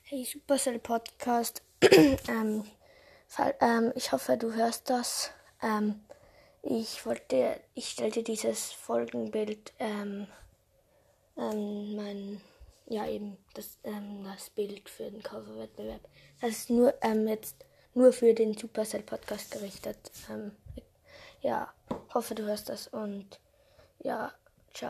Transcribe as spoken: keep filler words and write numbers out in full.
Hey Supercell Podcast, ähm, fall, ähm, ich hoffe, du hörst das. Ähm, ich wollte, ich stellte dieses Folgenbild, ähm, ähm, mein, ja eben das, ähm, das Bild für den Coverwettbewerb. Das ist nur ähm, jetzt nur für den Supercell Podcast gerichtet. Ähm, ja, hoffe, du hörst das und ja,